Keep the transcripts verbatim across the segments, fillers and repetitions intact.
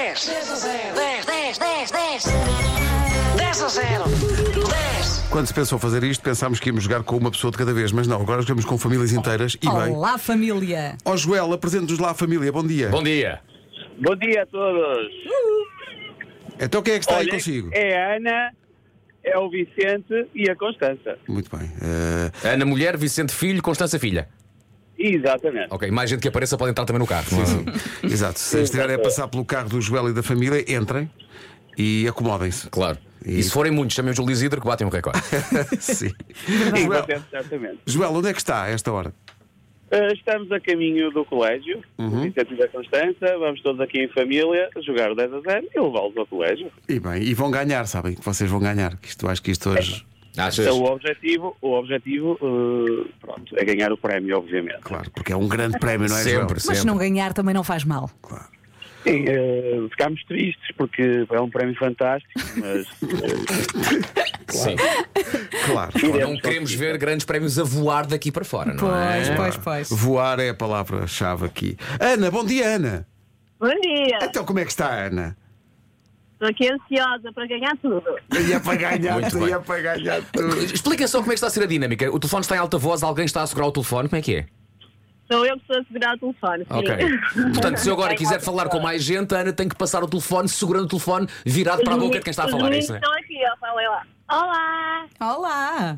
dez, dez a zero, dez, dez, dez, dez, dez a zero, dez. Quando se pensou fazer isto, pensámos que íamos jogar com uma pessoa de cada vez, mas não, agora jogamos com famílias inteiras e bem. Olá, família! Ó Joel, apresente-nos lá a família, bom dia. Bom dia. Bom dia a todos. Então quem é que está aí Olha, consigo? é a Ana, é o Vicente e a Constança. Muito bem. eh, Ana Mulher, Vicente Filho, Constança Filha. Exatamente. Ok, mais gente que apareça pode entrar também no carro. Exato, se estiverem a passar pelo carro do Joel e da família, entrem e acomodem-se. Claro. E, E- se forem muitos, chamem o Júlio Isidro que batem um recorde. Sim. Joel, Exatamente, exatamente. Joel, onde é que está a esta hora? Uh, estamos a caminho do colégio, Uhum. o Vicente e da Constança, vamos todos aqui em família jogar dez a zero e levá-los ao colégio. E bem, e vão ganhar, sabem que vocês vão ganhar. Que isto, acho que isto hoje. Achas? Então, o objetivo, o objetivo uh, pronto, é ganhar o prémio, obviamente. Claro, porque é um grande prémio, não é, Joel? Sempre, Mas sempre. se não ganhar também não faz mal. Claro. Sim, uh, ficámos tristes porque é um prémio fantástico, mas Sim. Claro. Não queremos ver grandes prémios a voar daqui para fora, não é? Pois, pois, pois. Voar é a palavra-chave aqui. Ana, bom dia, Ana. Bom dia, Então, como é que está a Ana? estou aqui ansiosa para ganhar tudo. Ia para ganhar, Muito ia bem. para ganhar tudo. Explica só como é que está a ser a dinâmica. O telefone está em alta voz, alguém está a segurar o telefone, como é que é? Sou eu que estou a segurar o telefone. Sim. Ok. Portanto, se eu agora quiser falar com mais gente, a Ana tem que passar o telefone, segurando o telefone, virado para a boca de quem está a Os falar, é meninos isso, não é? estão aqui, ó, falei lá. Olá! Olá!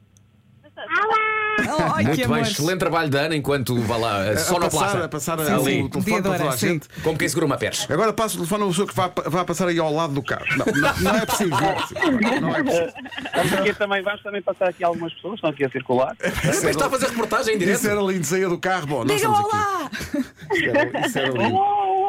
Olá! Ai, Muito que bem, amor! excelente trabalho da Ana enquanto vá lá, a A sonoplasta. passar, a passar Sim, ali sim. o telefone para Mediadora, toda a sim. gente. Como quem segura uma percha. Agora passa o telefone a uma pessoa que vá, vá passar aí ao lado do carro. Não, não, não é preciso. Não é preciso. Não é preciso. vamos, aqui também, vamos também passar aqui algumas pessoas que estão aqui a circular. Mas está a fazer reportagem em direto. Isso era lindo, saía do carro. Bom, nós Digam estamos aqui. olá! Isso era, isso era lindo.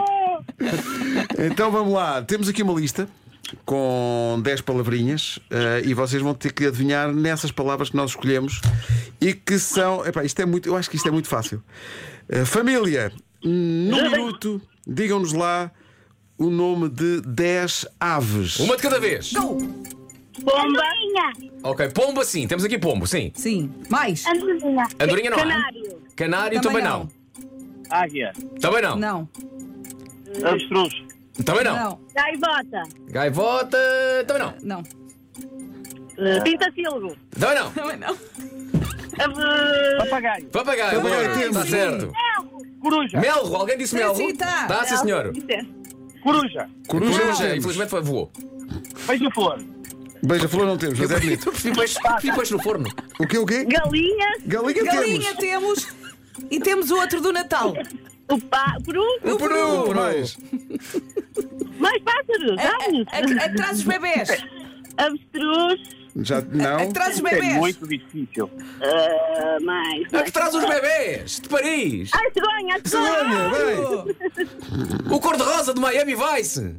Então vamos lá, temos aqui uma lista com dez palavrinhas eh, e vocês vão ter que adivinhar nessas palavras que nós escolhemos e que são. Epá, isto é muito, eu acho que isto é muito fácil. Eh, família, num minuto, digam-nos lá o nome de dez aves. Uma de cada vez. Bomba! Ok, pombo sim, temos aqui pombo, sim. Sim, mais? Andorinha! Andorinha não há. Canário! Canário também, não. Águia, Também não. Não, avestruz, Também não. não, Gaivota! Gaivota, também não. não. Uh, Pintacilgo! Também não. Também não. Uh, papagaio, Papagaio, Papagaio, boa. temos. Está certo. coruja, Melro, alguém disse Sim, melro? sim, tá. Tá, sim, senhor. coruja, Coruja, não Coruja, temos. infelizmente foi- voou. beija-flor, Beija-flor não temos, mas é bonito. Depois depois no forno. O quê, o quê? galinha! Galinha, Galinha temos. temos e temos o outro do Natal. O pá... Peru! O peru, mais. Mais pássaros! Aves! A, a, a que traz os bebés. Avestruz! Já A não. que traz os é bebés. muito difícil. Uh, mais... A que traz os bebés de Paris. Ai, cegonha! A cegonha! Cegonha, bem. O cor-de-rosa de Miami Vice.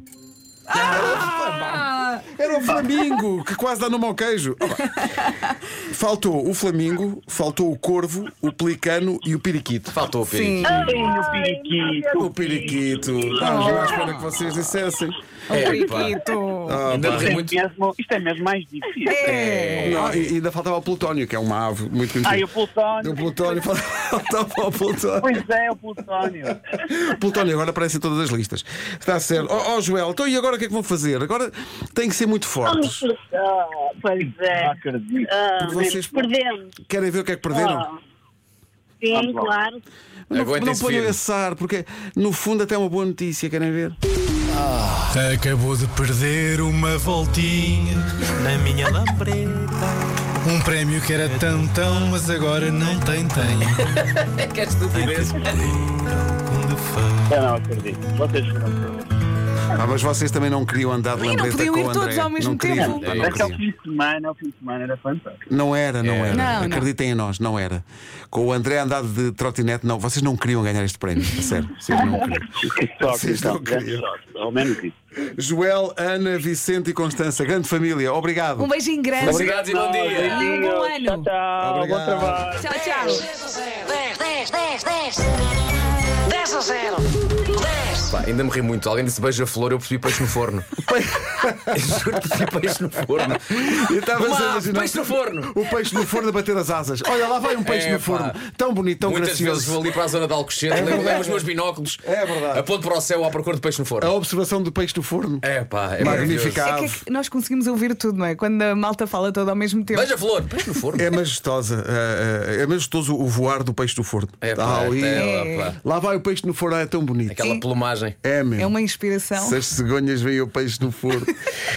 Ah, Era o Flamingo, que quase dá nome ao queijo. Oh, bem. Faltou o Flamingo, faltou o Corvo, o Pelicano e o Periquito. Faltou o sim. perigo. E o periquito. O Periquito. Não, já à espera que vocês dissessem. É, pá. Periquito. Ah, Ainda pá. me Isto é, muito. mesmo, isto é mesmo mais difícil. É. Não, e ainda faltava o Plutónio, que é uma ave muito conhecida. Ai, o Plutónio. O Plutónio, faltava o Plutónio. Pois é, o Plutónio. O Plutónio agora aparece em todas as listas. Está certo. Ó oh, Joel, então e agora o que é que vão fazer? Agora têm que ser muito fortes. Ah, pois Não é. acredito. Ah, Vocês- Perdemos. Querem ver o que é que perderam? Ah, sim, Vamos lá. claro. Não, Aguentem-se não ponham firme. esse ar, porque no fundo até é uma boa notícia, querem ver? Acabou de perder uma voltinha na minha lambreta. Um prémio que era tão tão, mas agora não tem tem. Que estupidez. Eu não acredito. Vocês foram todos. Ah, mas vocês também não queriam andar de E não lambreta podiam com ir o André. todos ao mesmo não queriam, tempo. pá, não É que ao queriam. fim de semana, ao fim de semana era fantástico. Não era, não era. Não, não. Acreditem em nós, não era. Com o André andado de trotinete, não. Vocês não queriam ganhar este prémio, a sério. Vocês não queriam. Que sorte, Vocês não então, grande queriam. sorte. Ao menos isso. Joel, Ana, Vicente e Constança, grande família, obrigado. Um beijinho grande. Obrigado e bom dia. E um bom ano. Tchau, tchau. Obrigado. Bom trabalho. Tchau, tchau. dez a zero, dez, dez, dez, dez, dez a zero, dez. Pá, ainda me ri muito. Alguém disse beija-flor, eu percebi peixe no forno. Eu juro que percebi peixe no forno. Eu estava a Uma ave, imaginar peixe no forno. o peixe no forno a bater as asas. Olha, lá vai um peixe É, no pá. forno. Tão bonito, tão Muitas gracioso. vezes vou ali para a zona de Alcochete, levo, levo os meus binóculos, É verdade. aponto para o céu à procura de peixe no A forno. observação do peixe no forno. É pá, é Magnífica maravilhoso. É que, é que nós conseguimos ouvir tudo, não é? Quando a malta fala toda ao mesmo tempo. Beija-flor, peixe no forno. É majestosa. eh, eh, É majestoso o voar do peixe no forno. É Está pá, ali. é, pá. Lá vai o peixe no forno, é tão bonito. Aquela Sim. plumagem. É mesmo. É uma inspiração. Se as cegonhas veem o peixe no forno.